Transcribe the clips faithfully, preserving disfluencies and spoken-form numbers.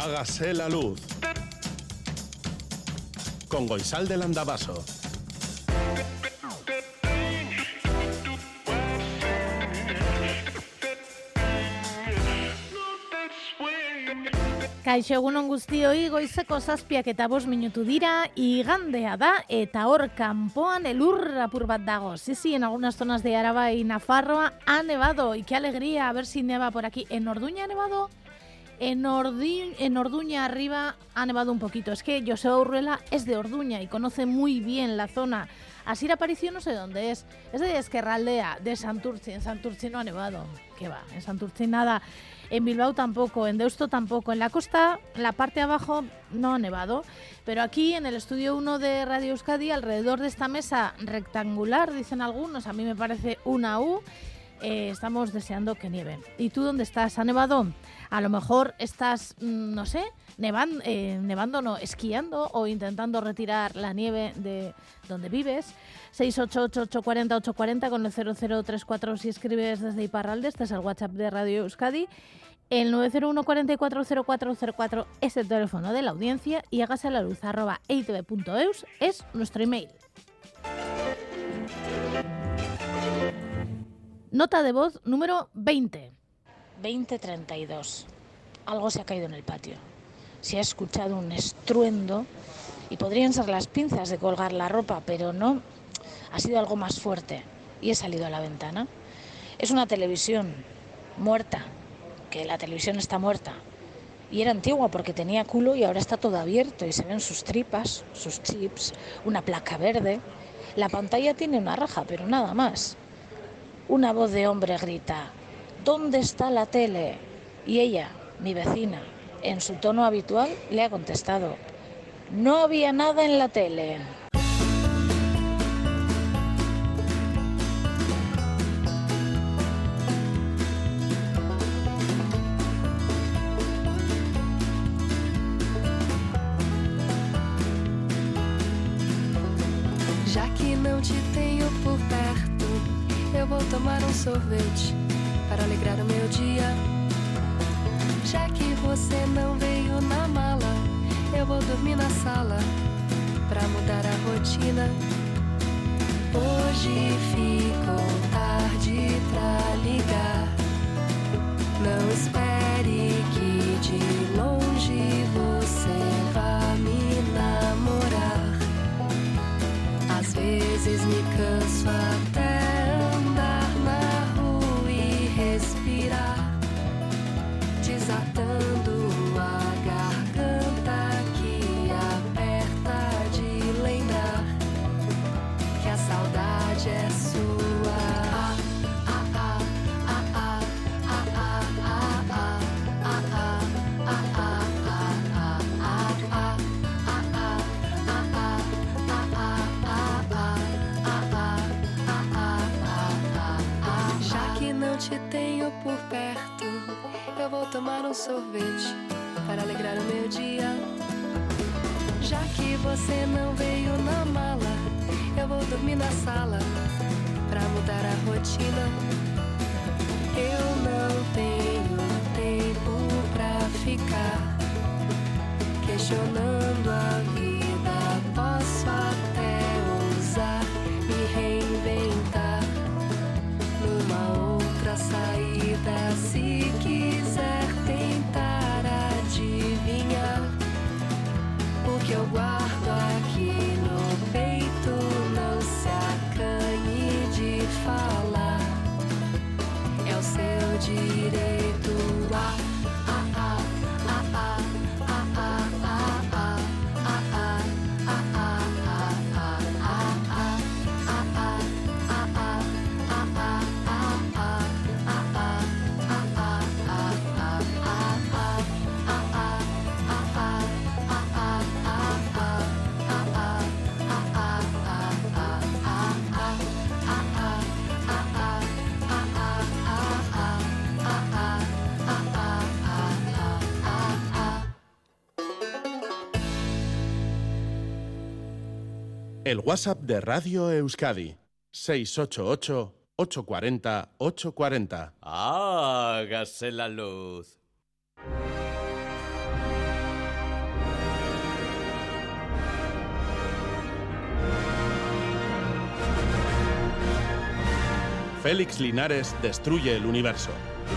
Hágase la luz. Con Goizal del Andabaso. Kaixo egunon guztioi, goizeko zazpiak eta bost minutu dira, igandea da, eta hor kanpoan elur apur bat dago. Sí, sí, en algunas zonas de Araba y Nafarroa ha nevado, y qué alegría, a ver si neva por aquí. ¿En Orduña ha nevado? En, Ordi, en Orduña arriba ha nevado un poquito. Es que Joseba Urruela es de Orduña y conoce muy bien la zona. Así Aparicio no sé dónde es. Es de Ezkerraldea, de Santurtzi. En Santurtzi no ha nevado. ¿Qué va? En Santurtzi nada. En Bilbao tampoco, en Deusto tampoco. En la costa, en la parte de abajo, no ha nevado. Pero aquí, en el estudio uno de Radio Euskadi, alrededor de esta mesa rectangular, dicen algunos, a mí me parece una U, eh, estamos deseando que nieve. ¿Y tú dónde estás? ¿Ha nevado? A lo mejor estás, no sé, nevando, eh, nevando no, esquiando o intentando retirar la nieve de donde vives. seis ocho ocho, ocho cuatro cero, ocho cuatro cero con el cero cero tres cuatro si escribes desde Iparralde. Este es el WhatsApp de Radio Euskadi. El nueve cero uno, cuatro cuatro cero cuatro cero cuatro es el teléfono de la audiencia y hágase la luz arroba e i te be punto eus es nuestro email. Nota de voz número veinte. veinte treinta y dos. Algo se ha caído en el patio. Se ha escuchado un estruendo y podrían ser las pinzas de colgar la ropa, pero no. Ha sido algo más fuerte y he salido a la ventana. Es una televisión muerta, que la televisión está muerta. Y era antigua porque tenía culo y ahora está todo abierto y se ven sus tripas, sus chips, una placa verde. La pantalla tiene una raja, pero nada más. Una voz de hombre grita: ¿dónde está la tele? Y ella, mi vecina, en su tono habitual, le ha contestado: no había nada en la tele. Já que não te tenho por perto, eu vou tomar um sorvete para alegrar o meu dia. Já que você não veio na mala, eu vou dormir na sala pra mudar a rotina. Hoje ficou tarde pra ligar. Não espere que de longe você vá me namorar. Às vezes me canso até andar na rua e respirar, desatando a garganta que aperta de lembrar que a saudade é sua. Ah, ah, ah, ah, ah, ah, ah, ah, ah, ah, já que não te tenho por perto, eu vou tomar um sorvete para alegrar o meu dia. Já que você não veio na mala, eu vou dormir na sala pra mudar a rotina. Eu não tenho tempo pra ficar questionando a vida. Posso até ousar me reinventar numa outra saída, se quiser tentar adivinhar o que eu guardo aqui no peito. Não se acanhe de falar, é o seu direito. Ah, ah, ah, ah, ah, ah, ah, ah, ah, El WhatsApp de Radio Euskadi, seis ocho ocho, ocho cuatro cero, ocho cuatro cero. Hágase la luz. Félix Linares destruye el universo.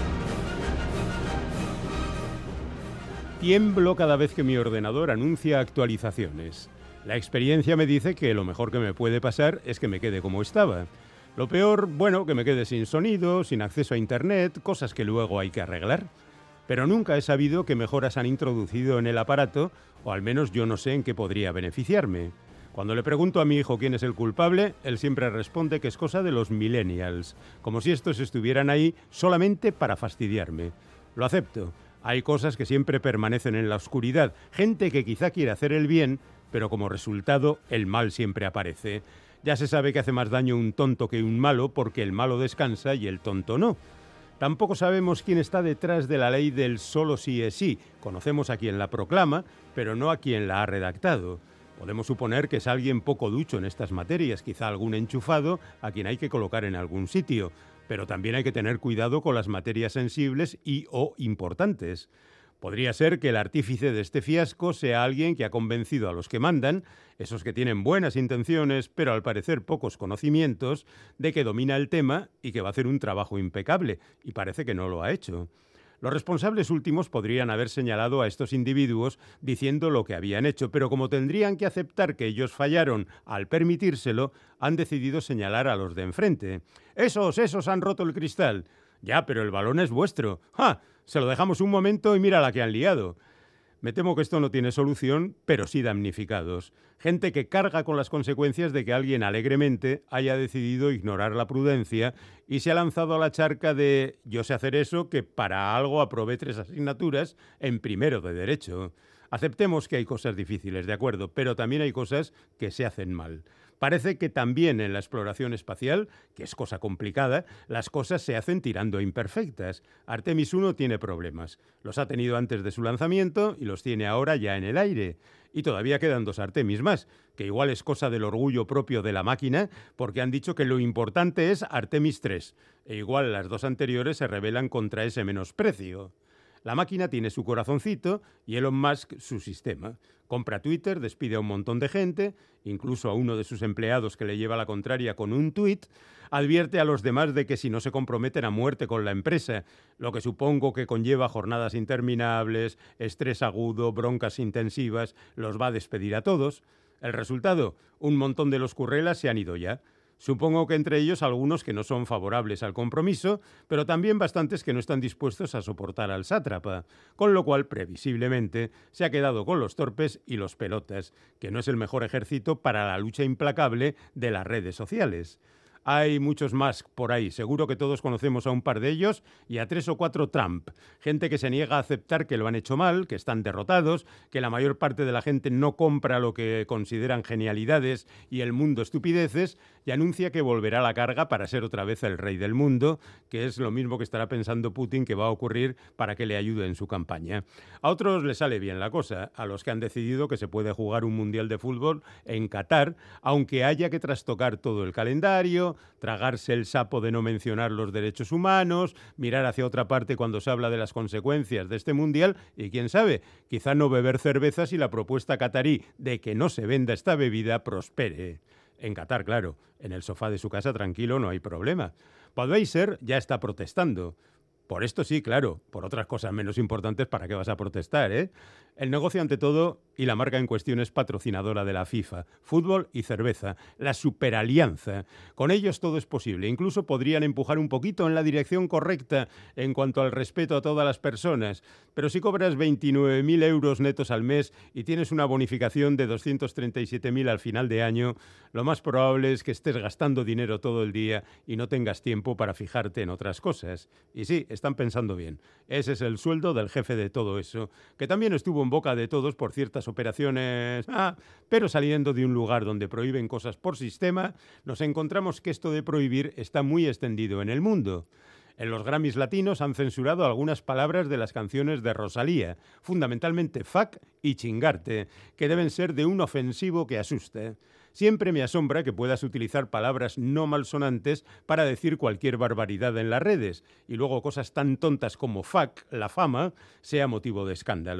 Tiemblo cada vez que mi ordenador anuncia actualizaciones. La experiencia me dice que lo mejor que me puede pasar es que me quede como estaba. Lo peor, bueno, que me quede sin sonido, sin acceso a internet, cosas que luego hay que arreglar. Pero nunca he sabido qué mejoras han introducido en el aparato, o al menos yo no sé en qué podría beneficiarme. Cuando le pregunto a mi hijo quién es el culpable, él siempre responde que es cosa de los millennials, como si estos estuvieran ahí solamente para fastidiarme. Lo acepto. Hay cosas que siempre permanecen en la oscuridad, gente que quizá quiere hacer el bien, pero como resultado el mal siempre aparece. Ya se sabe que hace más daño un tonto que un malo, porque el malo descansa y el tonto no. Tampoco sabemos quién está detrás de la ley del solo sí es sí. Conocemos a quien la proclama, pero no a quien la ha redactado. Podemos suponer que es alguien poco ducho en estas materias, quizá algún enchufado a quien hay que colocar en algún sitio. Pero también hay que tener cuidado con las materias sensibles y o importantes. Podría ser que el artífice de este fiasco sea alguien que ha convencido a los que mandan, esos que tienen buenas intenciones, pero al parecer pocos conocimientos, de que domina el tema y que va a hacer un trabajo impecable, y parece que no lo ha hecho. Los responsables últimos podrían haber señalado a estos individuos diciendo lo que habían hecho, pero como tendrían que aceptar que ellos fallaron al permitírselo, han decidido señalar a los de enfrente. ¡Esos, esos han roto el cristal! Ya, pero el balón es vuestro. ¡Ja! Se lo dejamos un momento y mira la que han liado. Me temo que esto no tiene solución, pero sí damnificados. Gente que carga con las consecuencias de que alguien alegremente haya decidido ignorar la prudencia y se ha lanzado a la charca de yo sé hacer eso, que para algo aprobé tres asignaturas en primero de Derecho. Aceptemos que hay cosas difíciles, de acuerdo, pero también hay cosas que se hacen mal. Parece que también en la exploración espacial, que es cosa complicada, las cosas se hacen tirando imperfectas. Artemis uno tiene problemas. Los ha tenido antes de su lanzamiento y los tiene ahora ya en el aire. Y todavía quedan dos Artemis más, que igual es cosa del orgullo propio de la máquina, porque han dicho que lo importante es Artemis tres, e igual las dos anteriores se rebelan contra ese menosprecio. La máquina tiene su corazoncito y Elon Musk su sistema. Compra Twitter, despide a un montón de gente, incluso a uno de sus empleados que le lleva la contraria con un tuit, advierte a los demás de que si no se comprometen a muerte con la empresa, lo que supongo que conlleva jornadas interminables, estrés agudo, broncas intensivas, los va a despedir a todos. El resultado, un montón de los currelas se han ido ya. Supongo que entre ellos algunos que no son favorables al compromiso, pero también bastantes que no están dispuestos a soportar al sátrapa, con lo cual, previsiblemente, se ha quedado con los torpes y los pelotas, que no es el mejor ejército para la lucha implacable de las redes sociales. Hay muchos más por ahí, seguro que todos conocemos a un par de ellos y a tres o cuatro Trump. Gente que se niega a aceptar que lo han hecho mal, que están derrotados, que la mayor parte de la gente no compra lo que consideran genialidades y el mundo estupideces, y anuncia que volverá a la carga para ser otra vez el rey del mundo, que es lo mismo que estará pensando Putin que va a ocurrir para que le ayude en su campaña. A otros les sale bien la cosa, a los que han decidido que se puede jugar un mundial de fútbol en Qatar, aunque haya que trastocar todo el calendario, tragarse el sapo de no mencionar los derechos humanos, mirar hacia otra parte cuando se habla de las consecuencias de este mundial y, quién sabe, quizá no beber cerveza si la propuesta catarí de que no se venda esta bebida prospere. En Qatar, claro, en el sofá de su casa tranquilo no hay problema. Budweiser ya está protestando. Por esto sí, claro, por otras cosas menos importantes, ¿para qué vas a protestar, eh? El negocio ante todo, y la marca en cuestión es patrocinadora de la FIFA, fútbol y cerveza, la superalianza. Con ellos todo es posible, incluso podrían empujar un poquito en la dirección correcta en cuanto al respeto a todas las personas, pero si cobras veintinueve mil euros netos al mes y tienes una bonificación de doscientos treinta y siete mil al final de año, lo más probable es que estés gastando dinero todo el día y no tengas tiempo para fijarte en otras cosas. Y sí, están pensando bien. Ese es el sueldo del jefe de todo eso, que también estuvo en boca de todos por ciertas operaciones, ah, pero saliendo de un lugar donde prohíben cosas por sistema, nos encontramos que esto de prohibir está muy extendido en el mundo. En los Grammys latinos han censurado algunas palabras de las canciones de Rosalía, fundamentalmente fuck y chingarte, que deben ser de un ofensivo que asuste. Siempre me asombra que puedas utilizar palabras no malsonantes para decir cualquier barbaridad en las redes y luego cosas tan tontas como fuck, la fama, sea motivo de escándalo.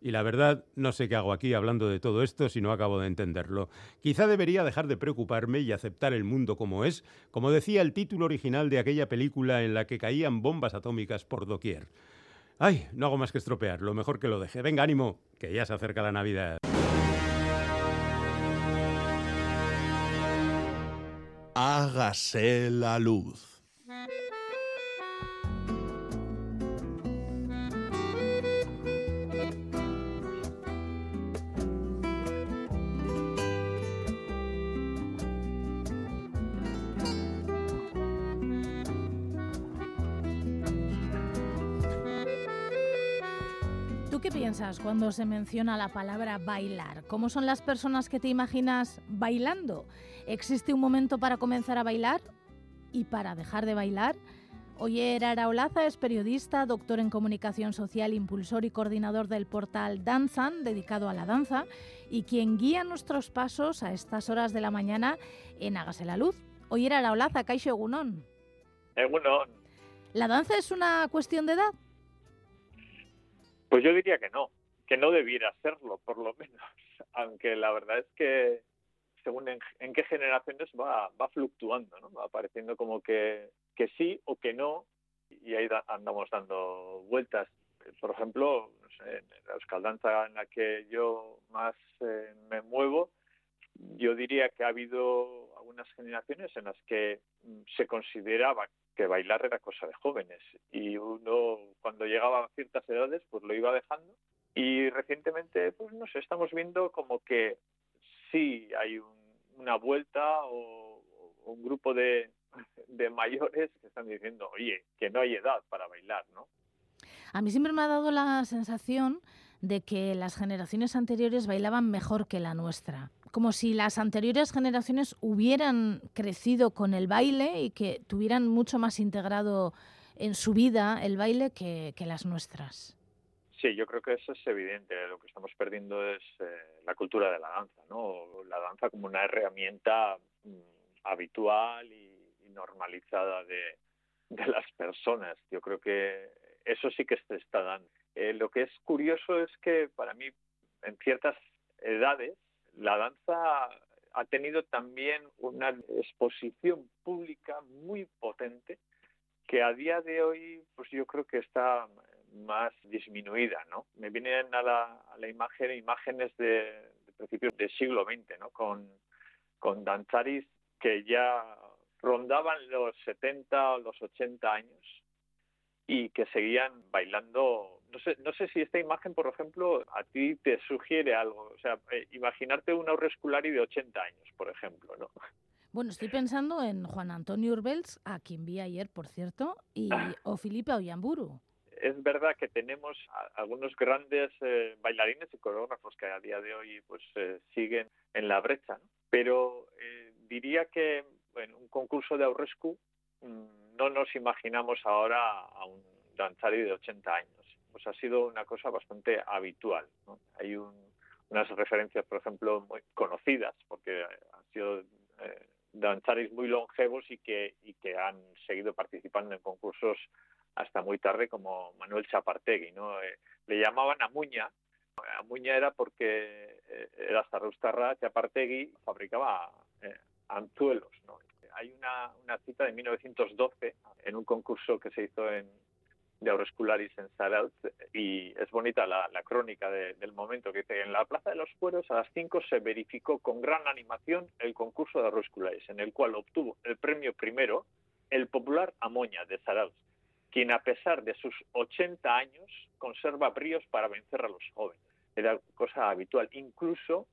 Y la verdad, no sé qué hago aquí hablando de todo esto si no acabo de entenderlo. Quizá debería dejar de preocuparme y aceptar el mundo como es, como decía el título original de aquella película en la que caían bombas atómicas por doquier. Ay, no hago más que estropearlo, mejor que lo deje. Venga, ánimo, que ya se acerca la Navidad. Hágase la luz. ¿Tú qué piensas cuando se menciona la palabra bailar? ¿Cómo son las personas que te imaginas bailando? ¿Existe un momento para comenzar a bailar y para dejar de bailar? Oyer Araolaza es periodista, doctor en comunicación social, impulsor y coordinador del portal Danzan, dedicado a la danza, y quien guía nuestros pasos a estas horas de la mañana en Hágase la Luz. Oyer Araolaza, kaixo egunon. Egunon. ¿La danza es una cuestión de edad? Pues yo diría que no, que no debiera serlo, por lo menos. Aunque la verdad es que según en, en qué generaciones va, va fluctuando, ¿no? Va apareciendo como que, que sí o que no, y ahí da, andamos dando vueltas. Por ejemplo, no sé, en la euskaldanza en la que yo más eh, me muevo, yo diría que ha habido algunas generaciones en las que se consideraba que bailar era cosa de jóvenes y uno cuando llegaba a ciertas edades pues lo iba dejando, y recientemente pues no sé, estamos viendo como que sí hay un, una vuelta o, o un grupo de, de mayores que están diciendo, oye, que no hay edad para bailar, ¿no? A mí siempre me ha dado la sensación de que las generaciones anteriores bailaban mejor que la nuestra. Como si las anteriores generaciones hubieran crecido con el baile y que tuvieran mucho más integrado en su vida el baile que, que las nuestras. Sí, yo creo que eso es evidente. Lo que estamos perdiendo es eh, la cultura de la danza, ¿no? La danza como una herramienta mm, habitual y, y normalizada de, de las personas. Yo creo que eso sí que se está dando. Eh, lo que es curioso es que para mí, en ciertas edades, la danza ha tenido también una exposición pública muy potente que a día de hoy pues yo creo que está más disminuida, ¿no? Me vienen a la, a la imagen imágenes de, de principios del siglo veinte, ¿no? Con, con danzaris que ya rondaban los setenta o los ochenta años y que seguían bailando. No sé, no sé si esta imagen, por ejemplo, a ti te sugiere algo. O sea, eh, imaginarte un aurresculari de ochenta años, por ejemplo, ¿no? Bueno, estoy pensando en Juan Antonio Urbels, a quien vi ayer, por cierto, y o Filipe Ollamburu. Es verdad que tenemos a, algunos grandes eh, bailarines y coreógrafos que a día de hoy pues eh, siguen en la brecha, ¿no? Pero eh, diría que en un concurso de aurrescu mmm, no nos imaginamos ahora a un danzari de ochenta años. Pues ha sido una cosa bastante habitual, ¿no? Hay un, unas referencias, por ejemplo, muy conocidas, porque han sido eh, danzaris muy longevos y que, y que han seguido participando en concursos hasta muy tarde, como Manuel Txapartegui, ¿no? Eh, le llamaban Amuña. Amuña era porque eh, era zarraustarra, Txapartegui fabricaba eh, anzuelos, ¿no? Hay una, una cita de mil novecientos doce en un concurso que se hizo en de aurrescularis en Zarautz, y es bonita la, la crónica de, del momento, que dice: en la Plaza de los Fueros a las cinco se verificó con gran animación el concurso de aurrescularis, en el cual obtuvo el premio primero el popular Amoña de Zarautz, quien a pesar de sus ochenta años conserva bríos para vencer a los jóvenes. Era cosa habitual. Incluso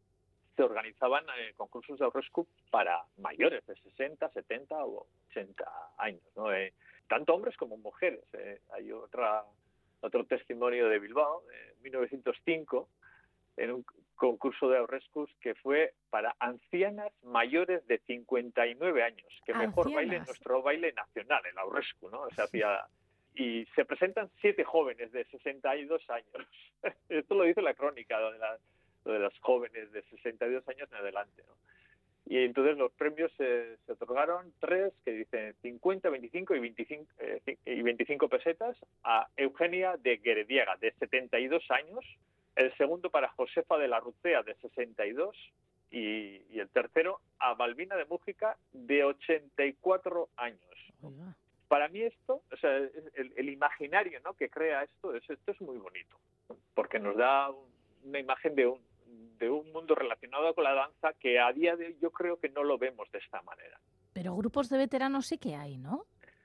se organizaban eh, concursos de aurrescu para mayores de sesenta, setenta o ochenta años, ¿no? Eh, tanto hombres como mujeres. Eh, hay otra otro testimonio de Bilbao, de mil novecientos cinco, en un concurso de aurrescus que fue para ancianas mayores de cincuenta y nueve años, que Ancianas. Mejor baile nuestro baile nacional, el aurrescu, ¿no? Se hacía, y se presentan siete jóvenes de sesenta y dos años. Esto lo dice la crónica, lo de, la, lo de las jóvenes de sesenta y dos años en adelante, ¿no? Y entonces los premios eh, se otorgaron tres, que dicen cincuenta, veinticinco y veinticinco, eh, y veinticinco pesetas, a Eugenia de Gerediaga, de setenta y dos años, el segundo para Josefa de la Rucea, de sesenta y dos, y, y el tercero a Balbina de Mújica, de ochenta y cuatro años. Oiga. Para mí esto, o sea, el, el imaginario, ¿no?, que crea esto, es, esto es muy bonito, porque nos da un, una imagen de un, de un mundo relacionado con la danza que a día de hoy yo creo que no lo vemos de esta manera. Pero grupos de veteranos sí que hay, ¿no?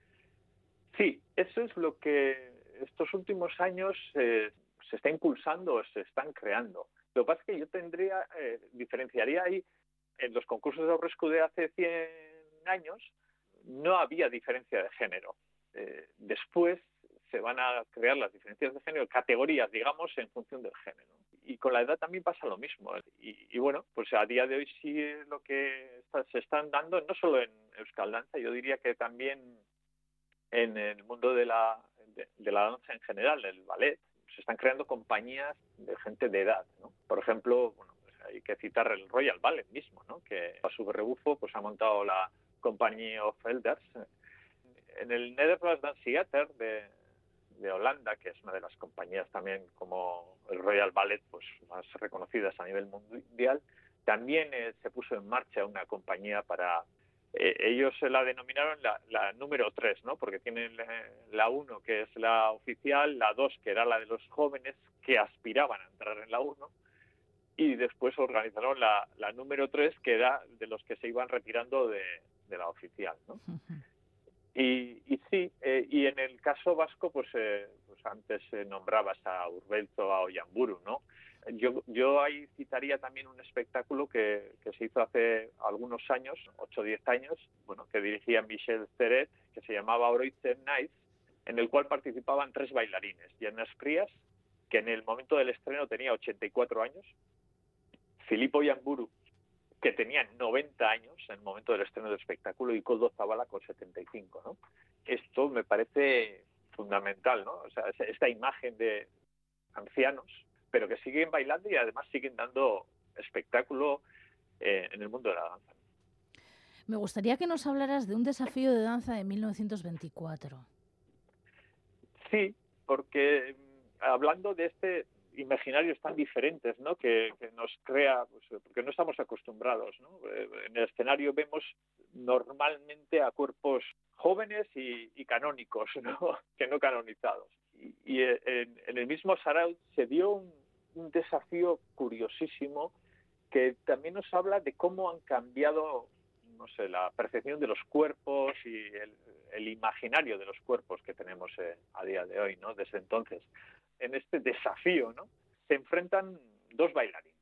Sí, eso es lo que estos últimos años eh, se está impulsando, se están creando. Lo que pasa es que yo tendría, eh, diferenciaría ahí, en los concursos de Aurrescu de hace cien años, no había diferencia de género. Eh, después se van a crear las diferencias de género, categorías, digamos, en función del género. Y con la edad también pasa lo mismo. Y, y bueno, pues a día de hoy sí lo que está, se están dando, no solo en Euskal Danza, yo diría que también en el mundo de la, de, de la danza en general, el ballet, se están creando compañías de gente de edad, ¿no? Por ejemplo, bueno, pues hay que citar el Royal Ballet mismo, ¿no?, que a su rebufo pues ha montado la Compagnie of Elders. En el Netherlands Dance Theater de, de Holanda, que es una de las compañías también como el Royal Ballet pues más reconocidas a nivel mundial, también eh, se puso en marcha una compañía para... Eh, ellos la denominaron la, la número tres, ¿no?, porque tienen la uno, que es la oficial, la dos, que era la de los jóvenes que aspiraban a entrar en la uno, y después organizaron la, la número tres, que era de los que se iban retirando de, de la oficial, ¿no? Y, y sí, eh, y en el caso vasco, pues, eh, pues antes eh, nombrabas a Urbelzo, a Oiamburu, ¿no? Yo, yo ahí citaría también un espectáculo que, que se hizo hace algunos años, ocho o diez años, bueno, que dirigía Michel Ceret, que se llamaba Oroitzen Nights, en el cual participaban tres bailarines. Jonas Frías, que en el momento del estreno tenía ochenta y cuatro años, Filippo Oiamburu, que tenía noventa años en el momento del estreno del espectáculo, y Koldo Zabala con setenta y cinco, ¿no? Esto me parece fundamental, ¿no? O sea, esta imagen de ancianos, pero que siguen bailando y además siguen dando espectáculo eh, en el mundo de la danza. Me gustaría que nos hablaras de un desafío de danza de mil novecientos veinticuatro. Sí, porque hablando de este imaginarios tan diferentes, ¿no?, que, que nos crea, pues, porque no estamos acostumbrados, ¿no? En el escenario vemos normalmente a cuerpos jóvenes y, y canónicos, ¿no?, que no canonizados. Y, y en, en el mismo Saraut se dio un, un desafío curiosísimo que también nos habla de cómo han cambiado, no sé, la percepción de los cuerpos y el, el imaginario de los cuerpos que tenemos eh, a día de hoy, ¿no?, desde entonces. En este desafío, ¿no?, se enfrentan dos bailarines.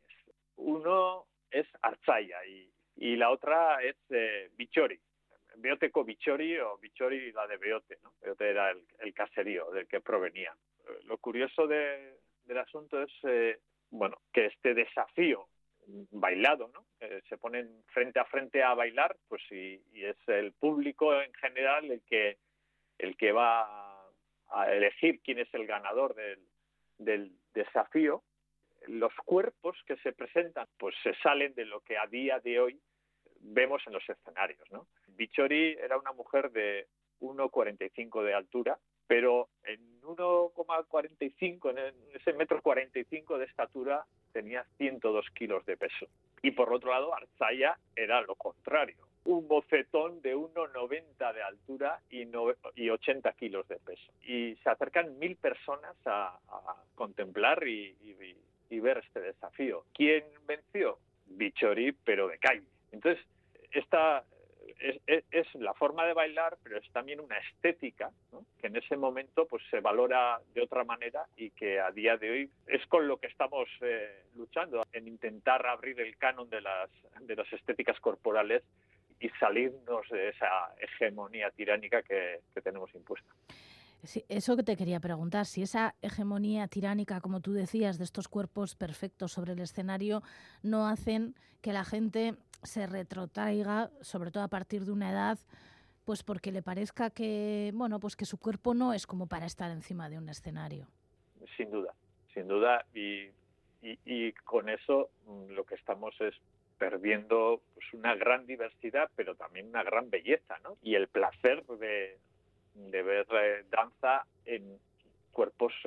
Uno es Artzaya y, y la otra es eh, Bichori. Beoteko Bichori o Bichori la de Beote, ¿no? Beote era el, el caserío del que provenía. Lo curioso de, del asunto es, eh, bueno, que este desafío bailado, ¿no?, eh, se ponen frente a frente a bailar, pues y, y es el público en general el que el que va a, a elegir quién es el ganador del, del desafío. Los cuerpos que se presentan pues se salen de lo que a día de hoy vemos en los escenarios, ¿no? Bichori era una mujer de uno cuarenta y cinco de altura, pero en uno cuarenta y cinco, en ese metro cuarenta y cinco de estatura, tenía ciento dos kilos de peso. Y por otro lado, Artzaya era lo contrario, un bofetón de uno noventa de altura y, no, y ochenta kilos de peso. Y se acercan mil personas a, a contemplar y, y, y ver este desafío. ¿Quién venció? Bichori, pero de calle. Entonces, esta es, es, es la forma de bailar, pero es también una estética, ¿no?, que en ese momento pues se valora de otra manera y que a día de hoy es con lo que estamos eh, luchando, en intentar abrir el canon de las, de las estéticas corporales y salirnos de esa hegemonía tiránica que, que tenemos impuesta. Sí, eso que te quería preguntar, si esa hegemonía tiránica, como tú decías, de estos cuerpos perfectos sobre el escenario, no hacen que la gente se retrotraiga, sobre todo a partir de una edad, pues porque le parezca que, bueno, pues que su cuerpo no es como para estar encima de un escenario. Sin duda, sin duda, y, y, y con eso lo que estamos es perdiendo pues una gran diversidad, pero también una gran belleza, ¿no? Y el placer de, de ver eh, danza en cuerpos eh,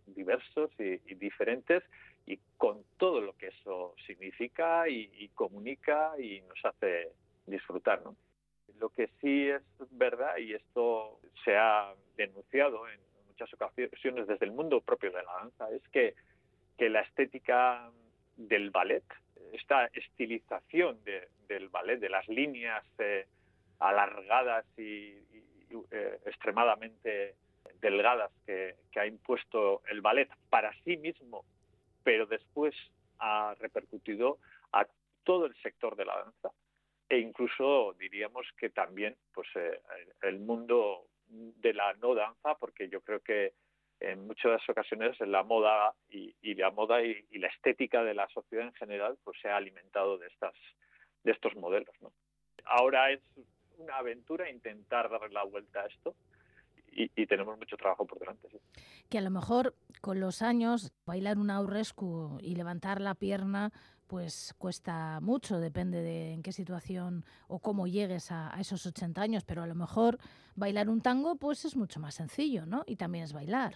diversos y, y diferentes, y con todo lo que eso significa y, y comunica y nos hace disfrutar, ¿no? Lo que sí es verdad, y esto se ha denunciado en muchas ocasiones desde el mundo propio de la danza, es que, que la estética del ballet, esta estilización de, del ballet, de las líneas eh, alargadas y, y eh, extremadamente delgadas que, que ha impuesto el ballet para sí mismo, pero después ha repercutido a todo el sector de la danza, e incluso diríamos que también pues eh, el mundo de la no danza, porque yo creo que en muchas ocasiones la moda y, y la moda y, y la estética de la sociedad en general pues se ha alimentado de estas de estos modelos, ¿no? Ahora es una aventura intentar darle la vuelta a esto y, y tenemos mucho trabajo por delante, ¿sí? Que a lo mejor con los años bailar un aurrescu y levantar la pierna pues cuesta mucho, depende de en qué situación o cómo llegues a, a esos ochenta años, pero a lo mejor bailar un tango pues es mucho más sencillo, ¿no? Y también es bailar.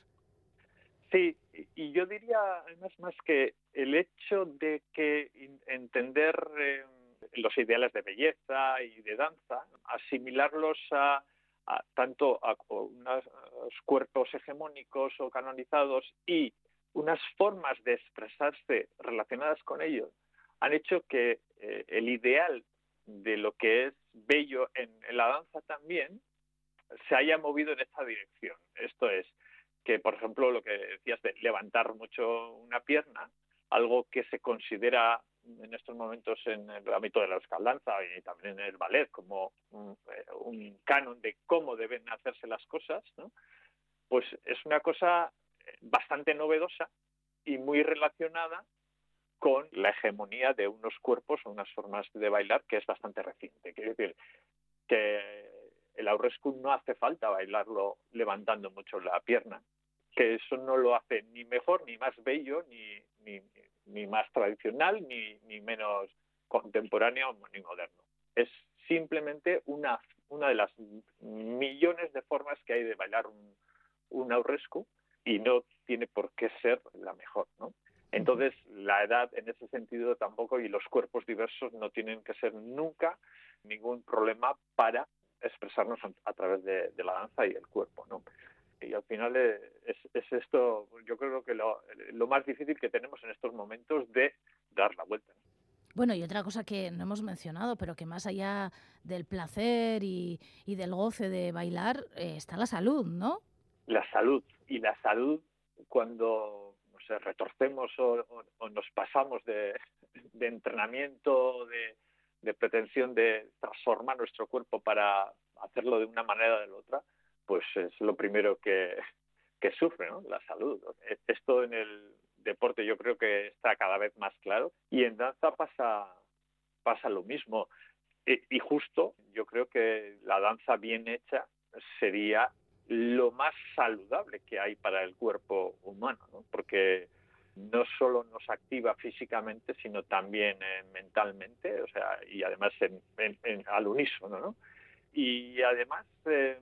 Sí, y yo diría además más que el hecho de que entender eh, los ideales de belleza y de danza, asimilarlos a, a tanto a unos cuerpos hegemónicos o canonizados y unas formas de expresarse relacionadas con ellos, han hecho que eh, el ideal de lo que es bello en, en la danza también se haya movido en esta dirección. Esto es, que por ejemplo lo que decías de levantar mucho una pierna, algo que se considera en estos momentos en el ámbito de la euskaldanza y también en el ballet como un, un canon de cómo deben hacerse las cosas, ¿no? Pues es una cosa bastante novedosa y muy relacionada con la hegemonía de unos cuerpos o unas formas de bailar que es bastante reciente. Quiero decir que el aurrescu no hace falta bailarlo levantando mucho la pierna, que eso no lo hace ni mejor, ni más bello, ni, ni, ni más tradicional, ni, ni menos contemporáneo, ni moderno. Es simplemente una, una de las millones de formas que hay de bailar un, un aurrescu y no tiene por qué ser la mejor, ¿no? Entonces, la edad en ese sentido tampoco y los cuerpos diversos no tienen que ser nunca ningún problema para expresarnos a través de, de la danza y el cuerpo, ¿no? Y al final es, es esto, yo creo que lo, lo más difícil que tenemos en estos momentos de dar la vuelta, ¿no? Bueno, y otra cosa que no hemos mencionado, pero que más allá del placer y, y del goce de bailar, eh, está la salud, ¿no? La salud. Y la salud cuando no sé, retorcemos o, o, o nos pasamos de, de entrenamiento, de, de pretensión de transformar nuestro cuerpo para hacerlo de una manera o de la otra, pues es lo primero que, que sufre, ¿no? La salud. Esto en el deporte yo creo que está cada vez más claro y en danza pasa, pasa lo mismo. Y, y justo yo creo que la danza bien hecha sería lo más saludable que hay para el cuerpo humano, ¿no? Porque no solo nos activa físicamente, sino también eh, mentalmente, o sea, y además en, en, en, al unísono, ¿no? Y además eh,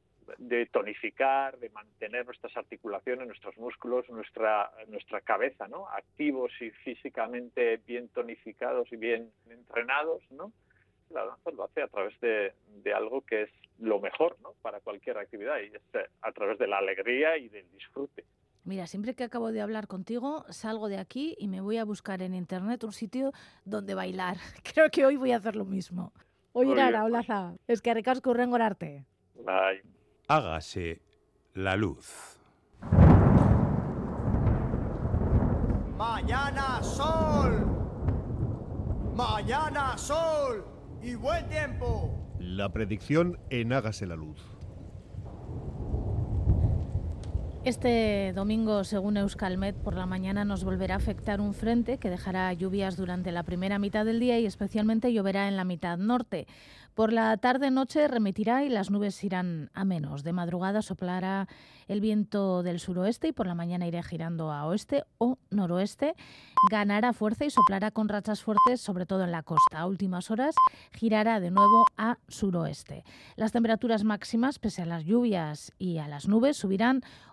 de tonificar, de mantener nuestras articulaciones, nuestros músculos, nuestra nuestra cabeza, ¿no? Activos y físicamente bien tonificados y bien entrenados, ¿no? La danza lo hace a través de, de algo que es lo mejor, ¿no? Para cualquier actividad y es a través de la alegría y del disfrute. Mira, siempre que acabo de hablar contigo, salgo de aquí y me voy a buscar en internet un sitio donde bailar. Creo que hoy voy a hacer lo mismo. Oye, Ara, olaza, es que recasco urrengorarte. Bye. Hágase la luz. Mañana sol. Mañana sol. Y buen tiempo. La predicción en Hágase la luz. Este domingo, según Euskalmet, por la mañana nos volverá a afectar un frente que dejará lluvias durante la primera mitad del día y especialmente lloverá en la mitad norte. Por la tarde-noche remitirá y las nubes irán a menos. De madrugada soplará el viento del suroeste y por la mañana irá girando a oeste o noroeste. Ganará fuerza y soplará con rachas fuertes, sobre todo en la costa. A últimas horas girará de nuevo a suroeste. Las temperaturas máximas, pese a las lluvias y a las nubes, subirán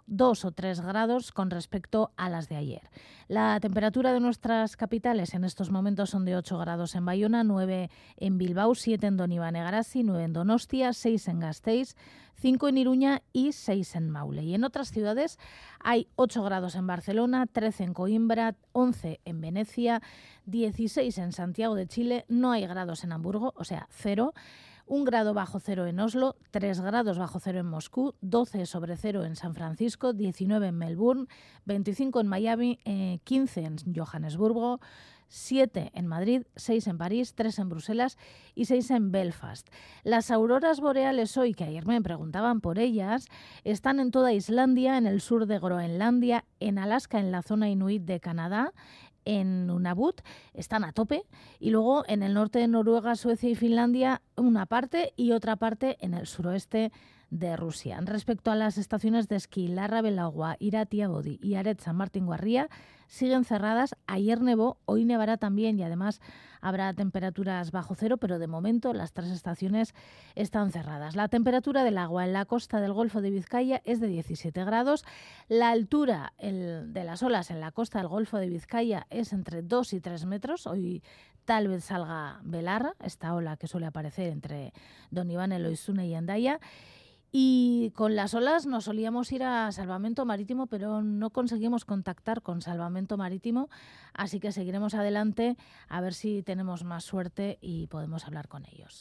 dos o tres grados con respecto a las de ayer. La temperatura de nuestras capitales en estos momentos son de ocho grados en Bayona, nueve en Bilbao, siete en Donibane Garasi, nueve en Donostia, seis en Gasteiz, cinco en Iruña y seis en Maule. Y en otras ciudades hay ocho grados en Barcelona, trece en Coimbra, once en Venecia, dieciséis en Santiago de Chile, no hay grados en Hamburgo, o sea, cero. Un grado bajo cero en Oslo, tres grados bajo cero en Moscú, doce sobre cero en San Francisco, diecinueve en Melbourne, veinticinco en Miami, eh, quince en Johannesburgo, siete en Madrid, seis en París, tres en Bruselas y seis en Belfast. Las auroras boreales hoy, que ayer me preguntaban por ellas, están en toda Islandia, en el sur de Groenlandia, en Alaska, en la zona inuit de Canadá, en Nunavut, están a tope, y luego en el norte de Noruega, Suecia y Finlandia una parte y otra parte en el suroeste de Rusia. Respecto a las estaciones de esquí, Larra Belagua, Irati-Abodi y Aret San Martín Guarría siguen cerradas. Ayer nevó, hoy nevará también y además habrá temperaturas bajo cero, pero de momento las tres estaciones están cerradas. La temperatura del agua en la costa del Golfo de Vizcaya es de diecisiete grados. La altura el, de las olas en la costa del Golfo de Vizcaya es entre dos y tres metros. Hoy tal vez salga Belarra, esta ola que suele aparecer entre Donibane, Loizune y Hendaya. Y con las olas nos solíamos ir a Salvamento Marítimo, pero no conseguimos contactar con Salvamento Marítimo, así que seguiremos adelante a ver si tenemos más suerte y podemos hablar con ellos.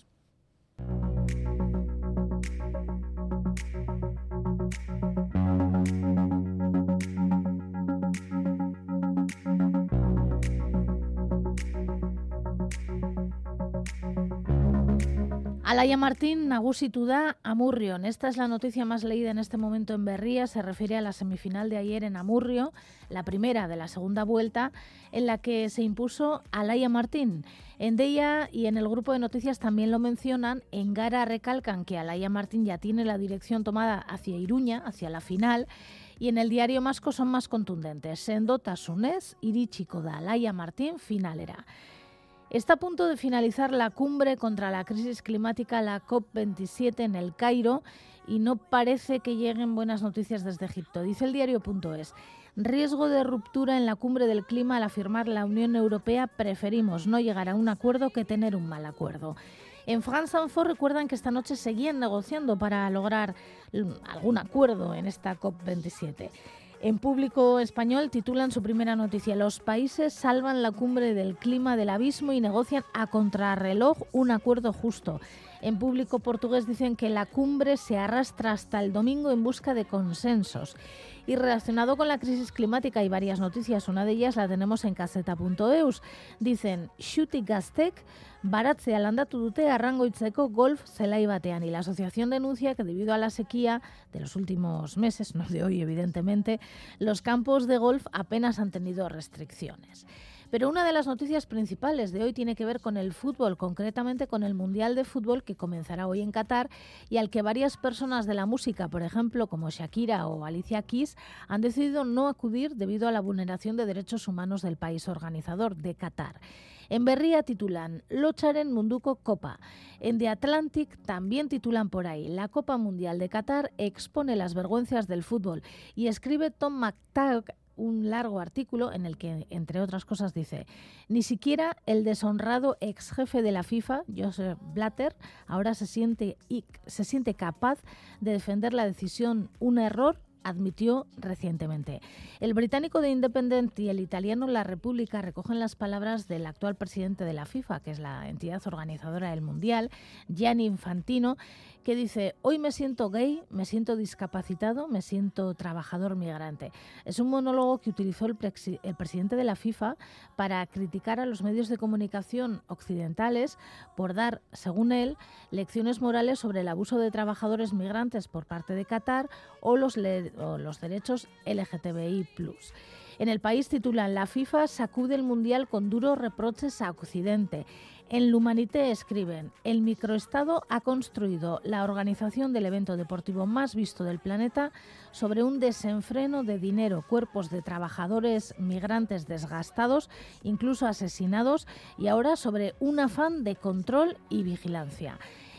Alaia Martín nagusitu da Amurrion. Esta es la noticia más leída en este momento en Berria. Se refiere a la semifinal de ayer en Amurrio, la primera de la segunda vuelta, en la que se impuso Alaia Martín. En Deia y en el grupo de noticias también lo mencionan. En Gara recalcan que Alaia Martín ya tiene la dirección tomada hacia Iruña, hacia la final. Y en el diario Vasco son más contundentes. Sendotasunez, iritsiko da Alaia Martín finalera. Está a punto de finalizar la cumbre contra la crisis climática, la COP veintisiete, en el Cairo, y no parece que lleguen buenas noticias desde Egipto. Dice el diario.es, riesgo de ruptura en la cumbre del clima al afirmar la Unión Europea, preferimos no llegar a un acuerdo que tener un mal acuerdo. En France Info recuerdan que esta noche seguían negociando para lograr algún acuerdo en esta COP veintisiete. En Público Español titulan su primera noticia: los países salvan la cumbre del clima del abismo y negocian a contrarreloj un acuerdo justo. En Público Portugués dicen que la cumbre se arrastra hasta el domingo en busca de consensos. Y relacionado con la crisis climática hay varias noticias, una de ellas la tenemos en kaseta.eus. Dicen, xutik gaztek baratzea landatu dute Arrangoitzeko golf zelai batean, y la asociación denuncia que debido a la sequía de los últimos meses, no de hoy evidentemente, los campos de golf apenas han tenido restricciones. Pero una de las noticias principales de hoy tiene que ver con el fútbol, concretamente con el Mundial de Fútbol que comenzará hoy en Qatar y al que varias personas de la música, por ejemplo, como Shakira o Alicia Keys, han decidido no acudir debido a la vulneración de derechos humanos del país organizador, de Qatar. En Berria titulan Lotsaren Munduko Copa. En The Atlantic también titulan por ahí, la Copa Mundial de Qatar expone las vergüenzas del fútbol, y escribe Tom McTagg un largo artículo en el que, entre otras cosas, dice: ni siquiera el deshonrado ex jefe de la FIFA, Joseph Blatter, ahora se siente, se siente capaz de defender la decisión, un error, admitió recientemente. El británico The Independent y el italiano La Repubblica recogen las palabras del actual presidente de la FIFA, que es la entidad organizadora del Mundial, Gianni Infantino, que dice: hoy me siento gay, me siento discapacitado, me siento trabajador migrante. Es un monólogo que utilizó el, presi- el presidente de la FIFA para criticar a los medios de comunicación occidentales por dar, según él, lecciones morales sobre el abuso de trabajadores migrantes por parte de Qatar o los, le- o los derechos L G T B I plus. En El País titulan: la FIFA sacude el Mundial con duros reproches a Occidente. En L'Humanité escriben: el microestado ha construido la organización del evento deportivo más visto del planeta sobre un desenfreno de dinero, cuerpos de trabajadores migrantes desgastados, incluso asesinados, y ahora sobre un afán de control y vigilancia.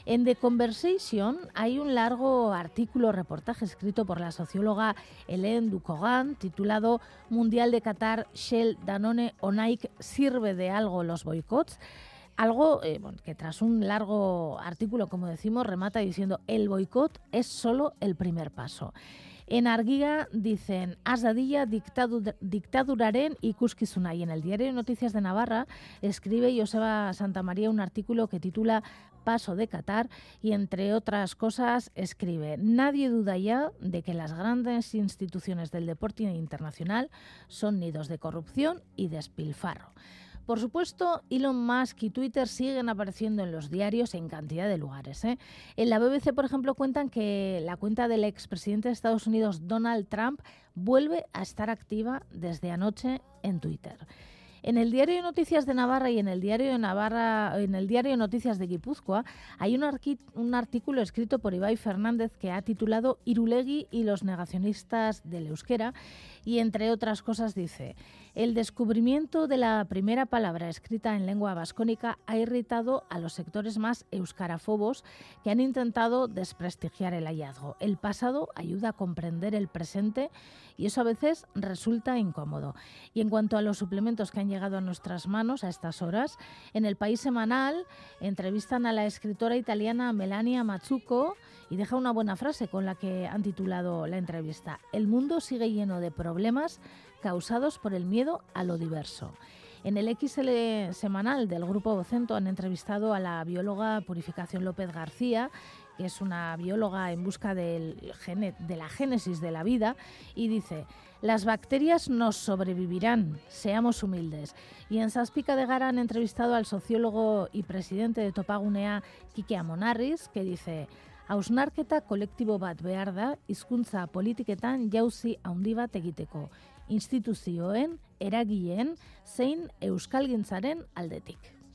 En The Conversation hay un largo artículo, reportaje escrito por la socióloga Hélène Ducogan, titulado Mundial de Qatar, Shell, Danone o Nike, ¿sirve de algo los boicots? Algo eh, bueno, que tras un largo artículo, como decimos, remata diciendo el boicot es solo el primer paso. En Argiga dicen, Asdadilla dictadu- dictaduraren ikuskizuna. Y en el Diario de Noticias de Navarra escribe Joseba Santamaría un artículo que titula Paso de Qatar y, entre otras cosas, escribe, nadie duda ya de que las grandes instituciones del deporte internacional son nidos de corrupción y despilfarro. Por supuesto, Elon Musk y Twitter siguen apareciendo en los diarios en cantidad de lugares, ¿eh? En la B B C, por ejemplo, cuentan que la cuenta del expresidente de Estados Unidos, Donald Trump, vuelve a estar activa desde anoche en Twitter. En el Diario de Noticias de Navarra y en el Diario de Navarra, en el Diario de Noticias de Guipúzcoa hay un, arqui, un artículo escrito por Ibai Fernández que ha titulado Irulegui y los negacionistas del euskera y, entre otras cosas, dice: el descubrimiento de la primera palabra escrita en lengua vascónica ha irritado a los sectores más euskarafobos que han intentado desprestigiar el hallazgo. El pasado ayuda a comprender el presente y eso a veces resulta incómodo. Y en cuanto a los suplementos que han llegado a nuestras manos a estas horas, en El País Semanal entrevistan a la escritora italiana Melania Mazzucco y deja una buena frase con la que han titulado la entrevista: el mundo sigue lleno de problemas causados por el miedo a lo diverso. En el X L semanal del Grupo Vocento han entrevistado a la bióloga Purificación López García, que es una bióloga en busca del gene, de la génesis de la vida, y dice: las bacterias nos sobrevivirán, seamos humildes. Y en Zazpika de Gara han entrevistado al sociólogo y presidente de Topagunea, Kike Amonarriz, que dice: hausnarketa kolektibo bat behar da hizkuntza politiketan jauzi handi bat egiteko, instituzioen, eragileen, zein euskalgintzaren aldetik.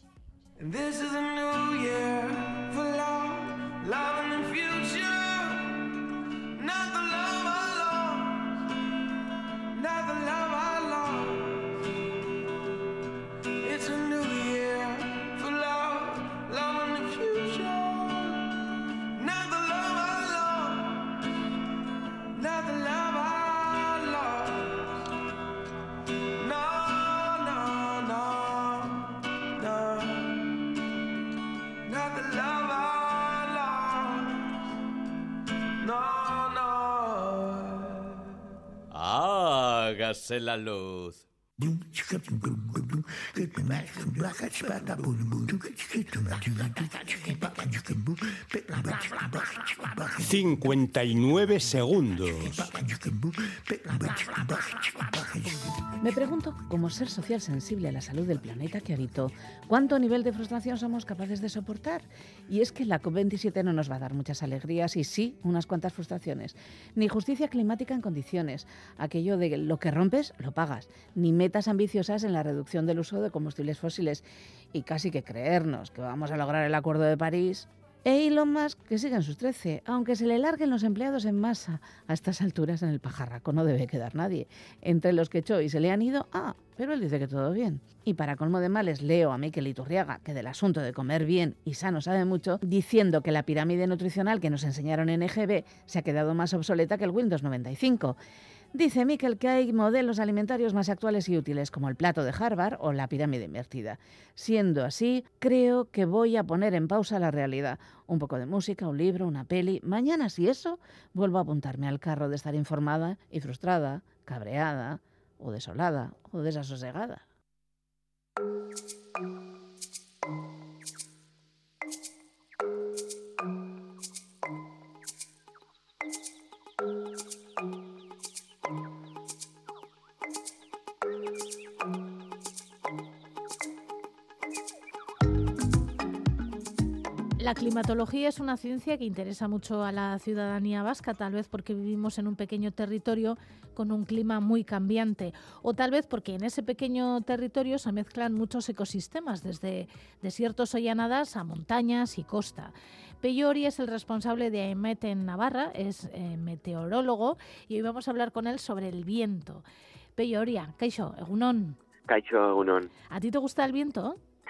This is a new year for love, love in the future, not the love I lost, not the love I lost. It's a new year for love, love in the future, not the love I lost, not the love I hágase la luz. cincuenta y nueve segundos. Me pregunto, como ser social sensible a la salud del planeta que habito, ¿cuánto nivel de frustración somos capaces de soportar? Y es que la COP veintisiete no nos va a dar muchas alegrías y sí, unas cuantas frustraciones. Ni justicia climática en condiciones, aquello de lo que rompes, lo pagas, ni metas ambiciosas en la reducción del uso de combustibles fósiles y casi que creernos que vamos a lograr el Acuerdo de París. E Elon Musk, que siga en sus trece, aunque se le larguen los empleados en masa. A estas alturas en el pajarraco no debe quedar nadie. Entre los que echó y se le han ido, ah, pero él dice que todo bien. Y para colmo de males, leo a Mikel Iturriaga, que del asunto de comer bien y sano sabe mucho, diciendo que la pirámide nutricional que nos enseñaron en E G B se ha quedado más obsoleta que el Windows noventa y cinco. Dice Mikel que hay modelos alimentarios más actuales y útiles, como el plato de Harvard o la pirámide invertida. Siendo así, creo que voy a poner en pausa la realidad. Un poco de música, un libro, una peli. Mañana, si eso, vuelvo a apuntarme al carro de estar informada y frustrada, cabreada, o desolada, o desasosegada. La climatología es una ciencia que interesa mucho a la ciudadanía vasca, tal vez porque vivimos en un pequeño territorio con un clima muy cambiante, o tal vez porque en ese pequeño territorio se mezclan muchos ecosistemas, desde desiertos o llanadas a montañas y costa. Pello Oria es el responsable de AEMET en Navarra, es eh, meteorólogo, y hoy vamos a hablar con él sobre el viento. Pello Oria, kaixo, egunon. Kaixo, egunon. ¿A ti te gusta el viento?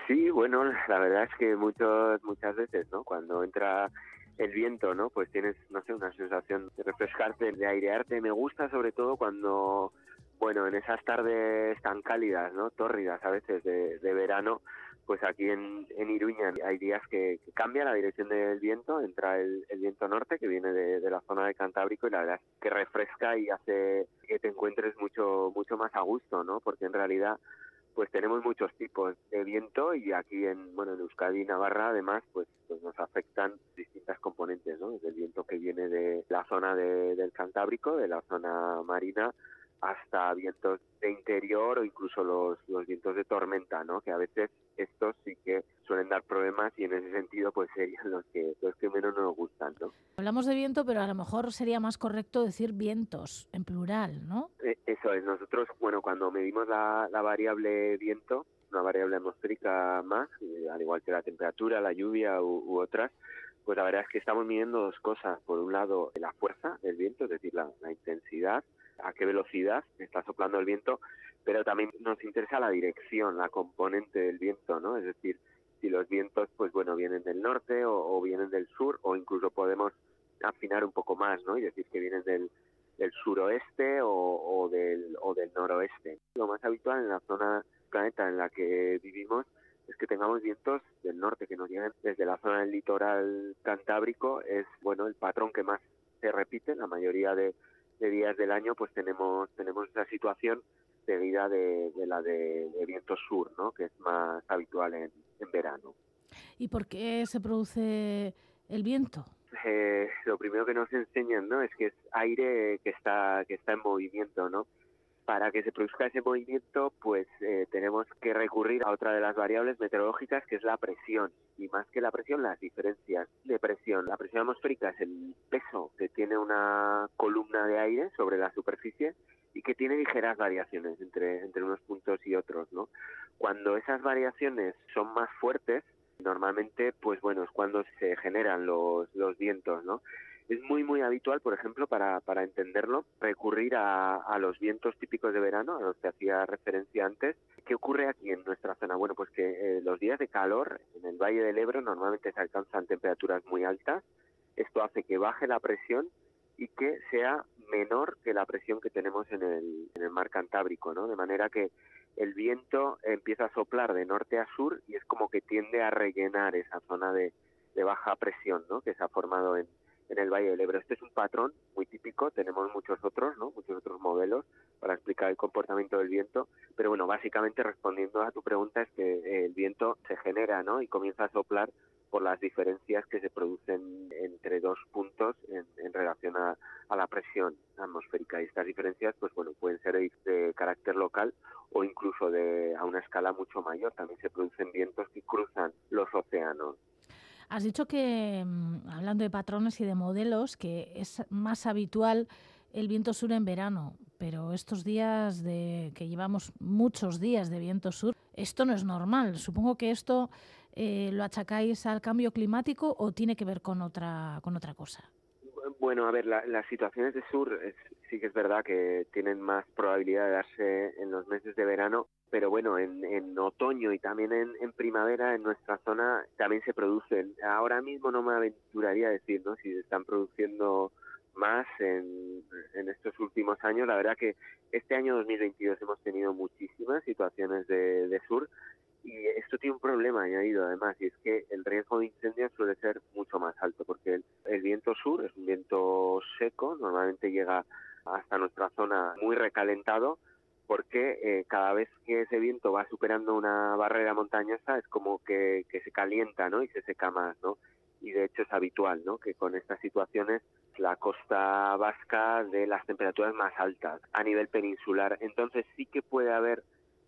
Sí, bueno, la verdad es que muchos, muchas veces, ¿no? Cuando entra el viento, ¿no? Pues tienes, no sé, una sensación de refrescarte, de airearte. Me gusta sobre todo cuando, bueno, en esas tardes tan cálidas, ¿no? Tórridas a veces de, de verano, pues aquí en, en Iruña hay días que, que cambia la dirección del viento, entra el, el viento norte que viene de, de la zona del Cantábrico y la verdad es que refresca y hace que te encuentres mucho, mucho más a gusto, ¿no? Porque en realidad pues tenemos muchos tipos de viento y aquí en, bueno, en Euskadi y Navarra además pues, pues nos afectan distintas componentes, ¿no? Desde el viento que viene de la zona de, del Cantábrico, de la zona marina, hasta vientos de interior o incluso los, los vientos de tormenta, ¿no? Que a veces estos sí que suelen dar problemas y en ese sentido pues serían los que los que menos nos gustan, ¿no? Hablamos de viento, pero a lo mejor sería más correcto decir vientos, en plural, ¿no? Eh, eso es, nosotros, bueno, cuando medimos la, la variable viento, una variable atmosférica más, eh, al igual que la temperatura, la lluvia u, u otras, pues la verdad es que estamos midiendo dos cosas. Por un lado, la fuerza del viento, es decir, la, la intensidad, a qué velocidad está soplando el viento, pero también nos interesa la dirección, la componente del viento, ¿no? Es decir, si los vientos, pues bueno, vienen del norte o, o vienen del sur, o incluso podemos afinar un poco más, ¿no? Y decir que vienen del, del suroeste o, o, del, o del noroeste. Lo más habitual en la zona del planeta en la que vivimos es que tengamos vientos del norte que nos lleguen desde la zona del litoral cantábrico. Es, bueno, el patrón que más se repite. La mayoría de, de días del año pues tenemos tenemos esa situación seguida de, de la de, de viento sur, ¿no? Que es más habitual en, en verano. ¿Y por qué se produce el viento? Eh, lo primero que nos enseñan, ¿no? Es que es aire que está que está en movimiento, ¿no? Para que se produzca ese movimiento, pues eh, tenemos que recurrir a otra de las variables meteorológicas, que es la presión. Y más que la presión, las diferencias de presión. La presión atmosférica es el peso que tiene una columna de aire sobre la superficie y que tiene ligeras variaciones entre, entre unos puntos y otros, ¿no? Cuando esas variaciones son más fuertes, normalmente, pues bueno, es cuando se generan los, los vientos, ¿no? Es muy, muy habitual, por ejemplo, para, para entenderlo, recurrir a, a los vientos típicos de verano, a los que hacía referencia antes. ¿Qué ocurre aquí en nuestra zona? Bueno, pues que eh, los días de calor en el Valle del Ebro normalmente se alcanzan temperaturas muy altas. Esto hace que baje la presión y que sea menor que la presión que tenemos en el, en el mar Cantábrico, ¿no? De manera que el viento empieza a soplar de norte a sur y es como que tiende a rellenar esa zona de, de baja presión, ¿no? Que se ha formado en en el Valle del Ebro. Este es un patrón muy típico, tenemos muchos otros, ¿no? Muchos otros modelos para explicar el comportamiento del viento, pero bueno, básicamente respondiendo a tu pregunta es que eh, el viento se genera, ¿no? Y comienza a soplar por las diferencias que se producen entre dos puntos en, en relación a, a la presión atmosférica. Y estas diferencias, pues bueno, pueden ser de, de carácter local o incluso de a una escala mucho mayor. También se producen vientos que cruzan los océanos. Has dicho que, hablando de patrones y de modelos, que es más habitual el viento sur en verano, pero estos días de que llevamos muchos días de viento sur, esto no es normal. Supongo que esto eh, lo achacáis al cambio climático o tiene que ver con otra con otra cosa. Bueno, a ver, la, las situaciones de sur es, sí que es verdad que tienen más probabilidad de darse en los meses de verano, pero bueno, en, en otoño y también en, en primavera en nuestra zona también se producen. Ahora mismo no me aventuraría a decir, ¿no?, si se están produciendo más en, en estos últimos años. La verdad que este año dos mil veintidós hemos tenido muchísimas situaciones de, de sur y esto tiene un problema añadido además, y es que el riesgo de incendios suele ser mucho más alto porque el, el viento sur es un viento seco, normalmente llega hasta nuestra zona muy recalentado, porque eh, cada vez que ese viento va superando una barrera montañosa es como que, que se calienta, ¿no?, y se seca más, ¿no? Y de hecho es habitual, ¿no?, que con estas situaciones la costa vasca de las temperaturas más altas a nivel peninsular. Entonces sí que puede haber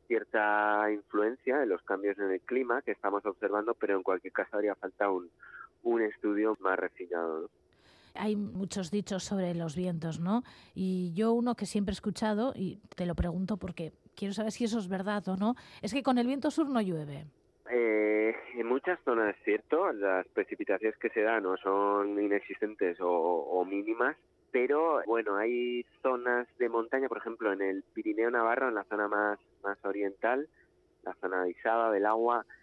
cierta influencia de los cambios en el clima que estamos observando, pero en cualquier caso haría falta un, un estudio más refinado, ¿no? Hay muchos dichos sobre los vientos, ¿no? Y yo uno que siempre he escuchado, y te lo pregunto porque quiero saber si eso es verdad o no, es que con el viento sur no llueve. Eh, en muchas zonas es cierto, las precipitaciones que se dan no son inexistentes o, o mínimas, pero bueno, hay zonas de montaña, por ejemplo en el Pirineo Navarro, en la zona más, más oriental, la zona de Isaba, del Agua,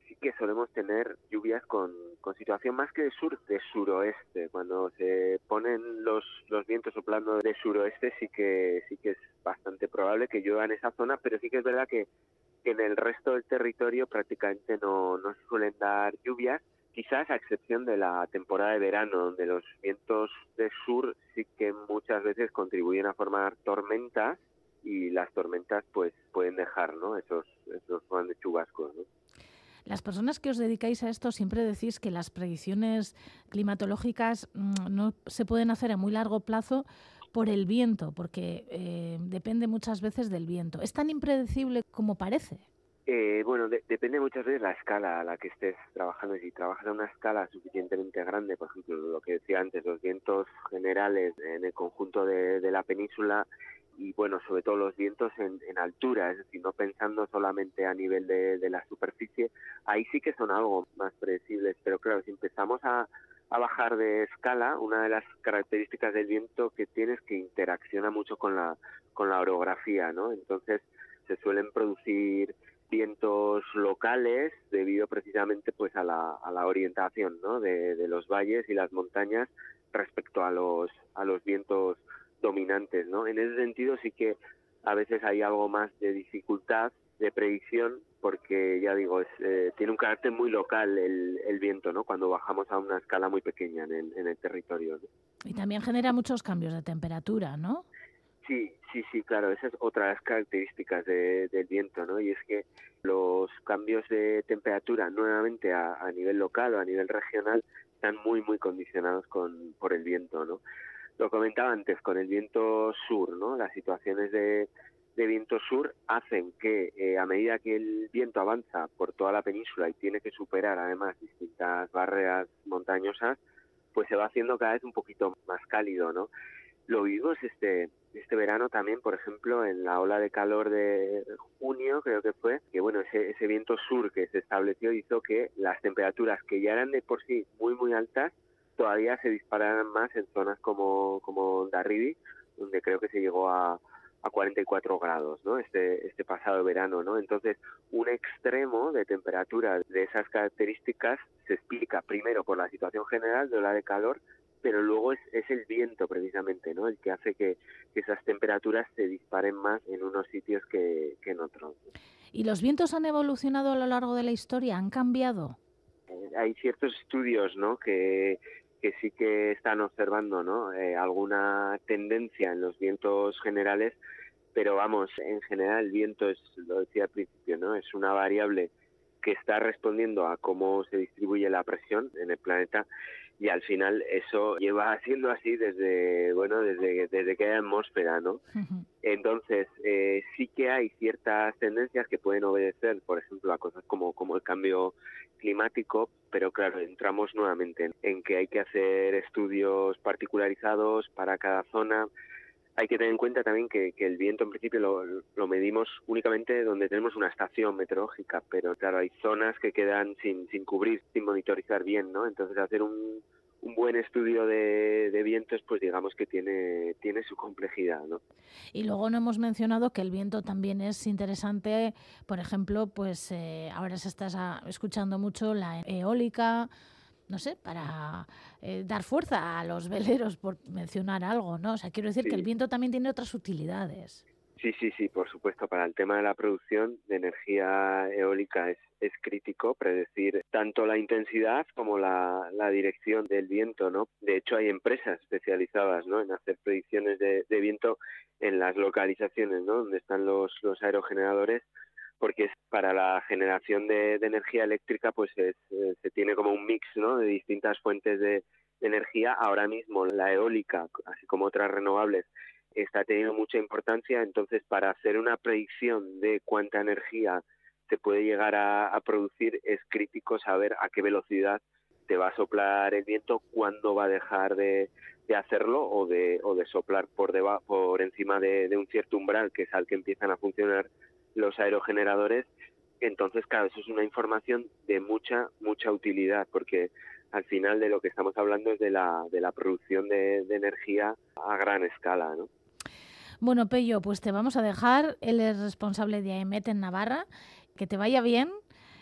sí que solemos tener lluvias con, con situación más que de sur, de suroeste. Cuando se ponen los, los vientos soplando de suroeste sí que sí que es bastante probable que llueva en esa zona, pero sí que es verdad que, que en el resto del territorio prácticamente no, no se suelen dar lluvias, quizás a excepción de la temporada de verano, donde los vientos de sur sí que muchas veces contribuyen a formar tormentas, y las tormentas pues pueden dejar, ¿no?, esos, esos grandes chubascos, ¿no? Las personas que os dedicáis a esto siempre decís que las predicciones climatológicas mmm, no se pueden hacer a muy largo plazo por el viento, porque eh, depende muchas veces del viento. ¿Es tan impredecible como parece? Eh, bueno, de, depende muchas veces la escala a la que estés trabajando. Si trabajas a una escala suficientemente grande, por ejemplo, lo que decía antes, los vientos generales en el conjunto de, de la península, y bueno, sobre todo los vientos en, en altura, es decir, no pensando solamente a nivel de, de la superficie, ahí sí que son algo más predecibles. Pero claro, si empezamos a, a bajar de escala, una de las características del viento que tiene es que interacciona mucho con la, con la orografía, ¿no? Entonces se suelen producir vientos locales debido precisamente pues a la, a la orientación, ¿no?, de, de los valles y las montañas respecto a los, a los vientos dominantes, ¿no? En ese sentido sí que a veces hay algo más de dificultad de predicción, porque ya digo, es, eh, tiene un carácter muy local el, el viento, ¿no?, cuando bajamos a una escala muy pequeña en el, en el territorio, ¿no? Y también genera muchos cambios de temperatura, ¿no? Sí, sí, sí, claro, esa es otra de las características de, del viento, ¿no? Y es que los cambios de temperatura, nuevamente a, a nivel local o a nivel regional, están muy, muy condicionados con, por el viento, ¿no? Lo comentaba antes, con el viento sur, ¿no? Las situaciones de, de viento sur hacen que eh, a medida que el viento avanza por toda la península y tiene que superar además distintas barreras montañosas, pues se va haciendo cada vez un poquito más cálido, ¿no? Lo vimos este este verano también, por ejemplo, en la ola de calor de junio, creo que fue, que bueno, ese, ese viento sur que se estableció hizo que las temperaturas, que ya eran de por sí muy, muy altas, todavía se dispararan más en zonas como, como Darribi, donde creo que se llegó a, a cuarenta y cuatro grados, ¿no?, este, este pasado verano, ¿no? Entonces, un extremo de temperatura de esas características se explica primero por la situación general de ola de calor, pero luego es, es el viento precisamente, ¿no?, el que hace que, que esas temperaturas se disparen más en unos sitios que, que en otros. ¿Y los vientos han evolucionado a lo largo de la historia? ¿Han cambiado? Eh, hay ciertos estudios, ¿no?, que, que sí que están observando, ¿no?, eh, alguna tendencia en los vientos generales, pero vamos, en general el viento es, lo decía al principio, ¿no?, es una variable que está respondiendo a cómo se distribuye la presión en el planeta, y al final eso lleva siendo así desde, bueno, desde, desde que hay atmósfera, ¿no? Uh-huh. Entonces, eh, sí que hay ciertas tendencias que pueden obedecer, por ejemplo, a cosas como, como el cambio climático, pero claro, entramos nuevamente en, en que hay que hacer estudios particularizados para cada zona. Hay que tener en cuenta también que, que el viento en principio lo, lo medimos únicamente donde tenemos una estación meteorológica, pero claro, hay zonas que quedan sin, sin cubrir, sin monitorizar bien, ¿no? Entonces hacer un, un buen estudio de, de vientos, pues digamos que tiene, tiene su complejidad, ¿no? Y luego no hemos mencionado que el viento también es interesante, por ejemplo, pues eh, ahora se está escuchando mucho la eólica, no sé, para eh, dar fuerza a los veleros, por mencionar algo, ¿no? O sea, quiero decir sí. que el viento también tiene otras utilidades. Sí, sí, sí, por supuesto. Para el tema de la producción de energía eólica es, es crítico predecir tanto la intensidad como la, la dirección del viento, ¿no? De hecho, hay empresas especializadas, ¿no?, en hacer predicciones de, de viento en las localizaciones, ¿no?, donde están los, los aerogeneradores, porque es para la generación de, de energía eléctrica, pues es, eh, se tiene como un mix, ¿no?, de distintas fuentes de, de energía. Ahora mismo la eólica, así como otras renovables, está teniendo mucha importancia. Entonces, para hacer una predicción de cuánta energía se puede llegar a, a producir, es crítico saber a qué velocidad te va a soplar el viento, cuándo va a dejar de, de hacerlo o de, o de soplar por, deba, por encima de, de un cierto umbral, que es al que empiezan a funcionar los aerogeneradores. Entonces, claro, eso es una información de mucha, mucha utilidad, porque al final de lo que estamos hablando es de la, de la producción de, de energía a gran escala, ¿no? Bueno, Pello, pues te vamos a dejar. Él es responsable de AEMET en Navarra. Que te vaya bien.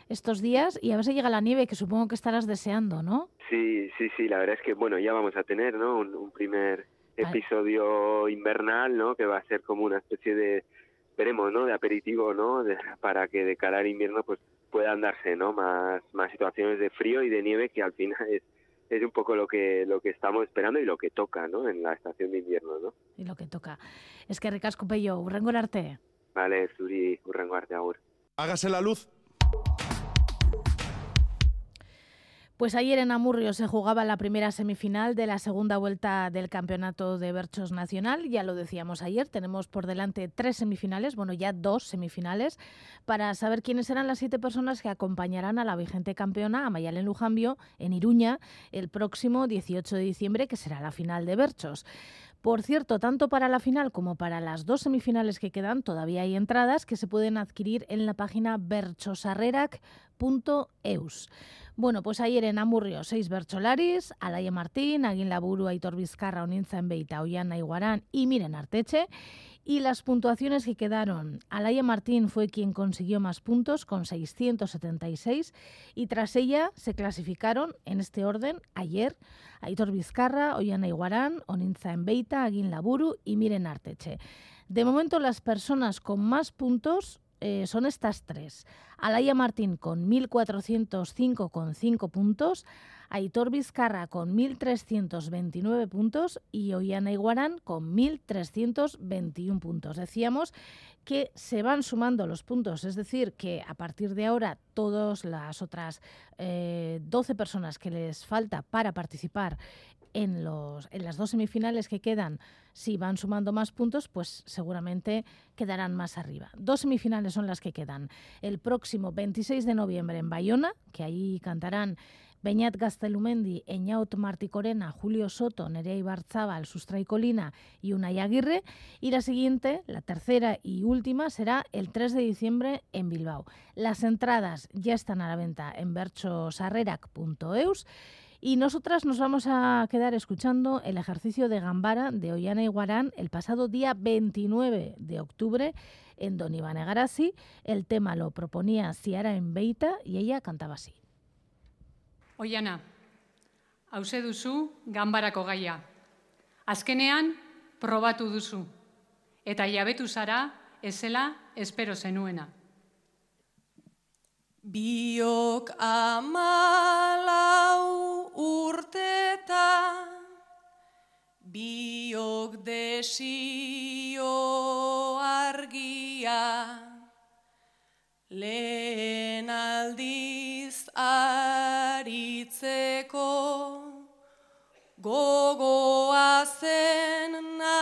estos días y a ver si llega la nieve, que supongo que estarás deseando, ¿no? Sí, sí, sí, la verdad es que, bueno, ya vamos a tener, ¿no? Un, un primer episodio invernal, ¿no? Que va a ser como una especie de, esperemos, ¿no? De aperitivo, ¿no? De, para que de cara al invierno, pues, puedan darse, ¿no? Más, más situaciones de frío y de nieve, que al final es, es un poco lo que, lo que estamos esperando y lo que toca, ¿no? En la estación de invierno, ¿no? Y lo que toca. Es que ricasco pello, hurrengo arte. Vale, zuri, hurrengo arte, agur. Hágase la luz. Pues ayer en Amurrio se jugaba la primera semifinal de la segunda vuelta del Campeonato de Berchos Nacional. Ya lo decíamos ayer, tenemos por delante tres semifinales, bueno, ya dos semifinales, para saber quiénes serán las siete personas que acompañarán a la vigente campeona, a Mayalen Lujambio, en Iruña, el próximo dieciocho de diciembre, que será la final de Berchos. Por cierto, tanto para la final como para las dos semifinales que quedan, todavía hay entradas que se pueden adquirir en la página berchosarrerac punto eus. Bueno, pues ayer en Amurrio, seis bercholaris, Alaia Martín, Agin Laburu, Aitor Vizcarra, Onintza Enbeita, Ollana Iguarán y Miren Arteche. Y las puntuaciones que quedaron. Alaia Martín fue quien consiguió más puntos, con seiscientos setenta y seis, y tras ella se clasificaron, en este orden, ayer, Aitor Vizcarra, Ollana Iguarán, Onintza Enbeita, Agin Laburu y Miren Arteche. De momento, las personas con más puntos eh, son estas tres. Alaia Martín con mil cuatrocientos cinco coma cinco puntos, Aitor Vizcarra con mil trescientos veintinueve puntos y Ollana Iguarán con mil trescientos veintiuno puntos. Decíamos que se van sumando los puntos, es decir, que a partir de ahora todas las otras eh, doce personas que les falta para participar en, los, en las dos semifinales que quedan, si van sumando más puntos, pues seguramente quedarán más arriba. Dos semifinales son las que quedan. El próximo veintiséis de noviembre en Bayona, que ahí cantarán Beñat Gaztelumendi, Eñaut Marticorena, Julio Soto, Nerea Ibarzabal, Sustray Colina y Unai Aguirre. Y la siguiente, la tercera y última, será el tres de diciembre en Bilbao. Las entradas ya están a la venta en berchosarrerac punto eus. Y nosotras nos vamos a quedar escuchando el ejercicio de Gambara de Ollana Iguarán el pasado día veintinueve de octubre en Don Iván Egarasi. El tema lo proponía Ziara Enbeita y ella cantaba así. Ollana, hauze duzu Gambarako gaia. Azkenean probatu duzu. Eta jabetu zara ezela espero zenuena. Biok amalau urteta, biok desio argia, lehen aldiz aritzeko, gogoa zen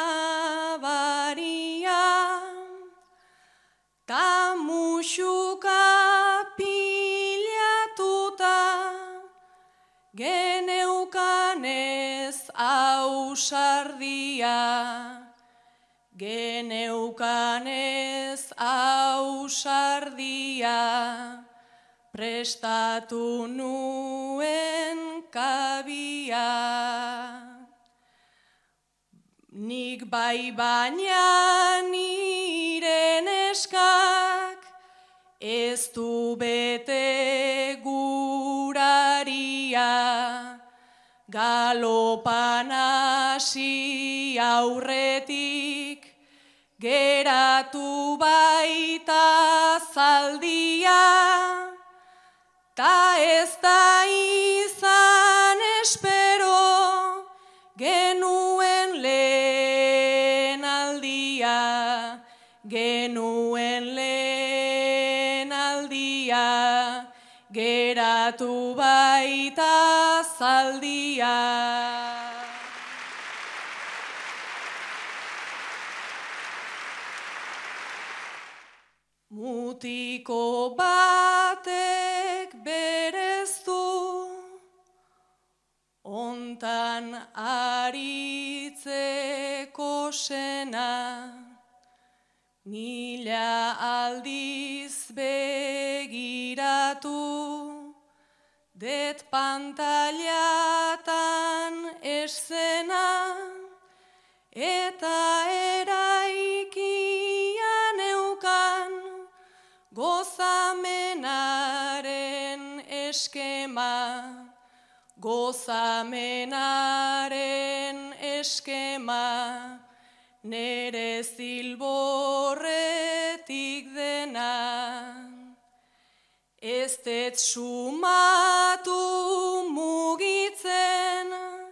nabaria, ta musuka geneukanez ausardia, geneukanez ausardia, prestatu nuen kabia. Nik bai baina nire neskak ez du bete guraria, galopan hasi aurretik, geratu baita zaldia, ta ez da izan espero, genuen lehen aldia, genuen lehen aldia, geratu baita zaldia. Mutiko batek bereztu, ontan aritzeko sena, mila aldiz begiratu, det pantailatan escena, eta eraikian eukan gozamenare eskema, gozamenaren eskema, nere zilborretik dena. Ez det sumatu mugitzen,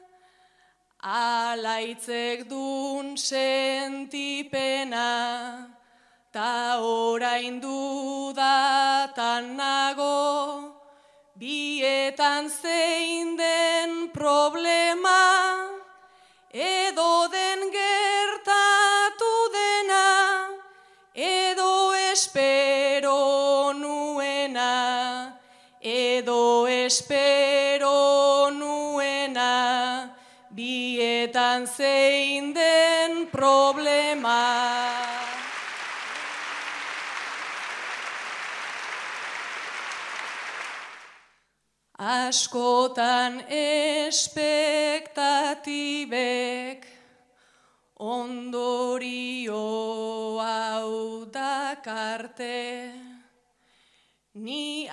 alaitzek dun sentipena, ta orain dudatan nago, bietan zein den problema, edo den gertatu dena, edo espero nuena, edo espero nuena, bietan zein den problema. Askotan espektatibek ondorio hau dakarte, ni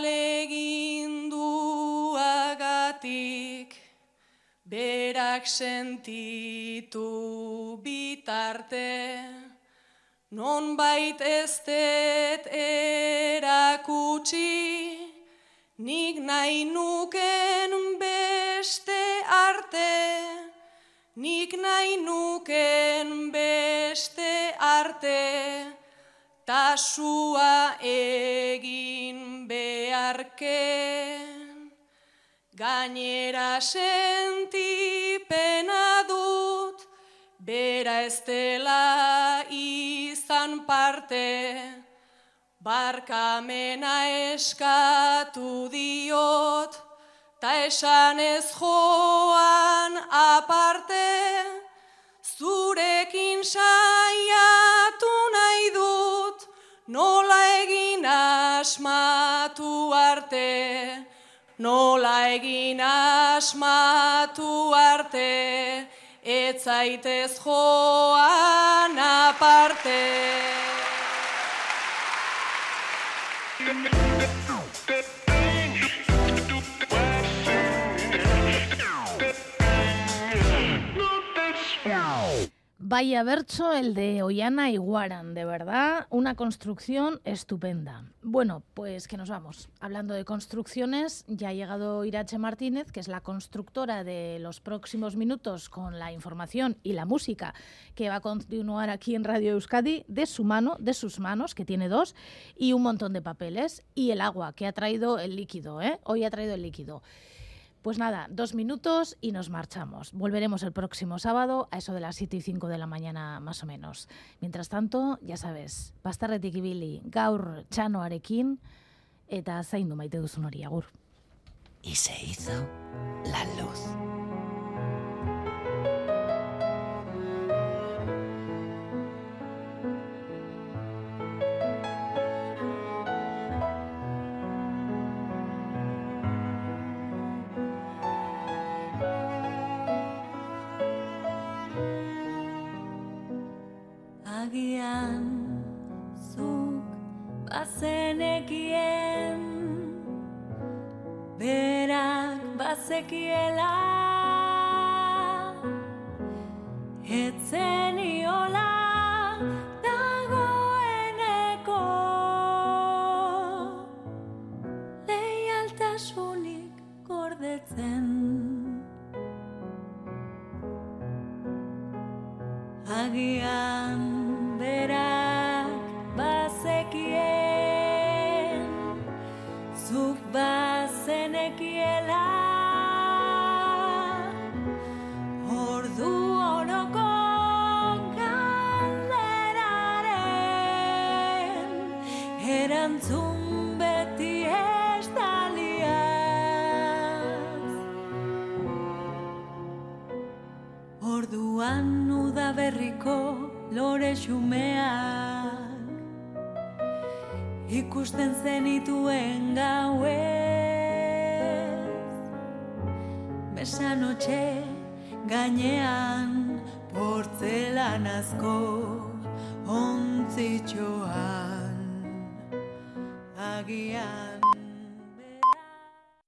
aleginduagatik berak sentitu bitarte, nonbait ez det erakutsi, nik nahi nuken beste arte, nik nahi nuken beste arte, tasua egin beharken. Gainera sentipena dut, bera ez dela izan parte, barkamena eskatu diot, ta esan ez joan aparte, zurekin saiatu nahi dut, nola egin asmatu arte, nola egin asmatu arte, ez zaitez joan aparte. Vaya bercho el de Oihana Iguaran, de verdad, una construcción estupenda. Bueno, pues que nos vamos. Hablando de construcciones, ya ha llegado Irache Martínez, que es la constructora de los próximos minutos con la información y la música que va a continuar aquí en Radio Euskadi, de su mano, de sus manos, que tiene dos, y un montón de papeles, y el agua, que ha traído el líquido, ¿eh? Hoy ha traído el líquido. Pues nada, dos minutos y nos marchamos. Volveremos el próximo sábado a eso de las siete y cinco de la mañana más o menos. Mientras tanto, ya sabes, bastarretik ibili gaur txanoarekin eta zaindu maite duzun hori, agur. Y se hizo la luz. Agian zuk bazenekien, berak bazekiela, etzen iola dagoeneko leialtasunik gordetzen. Agian berak bazekien, zuk bazenekiela, ordu oroko galderaren erantzun beti ez daliaz. Orduan udaberriko lore xumeak ikusten zenituen gauez, besanotxe gainean portzelanazko ontzitxoan, agian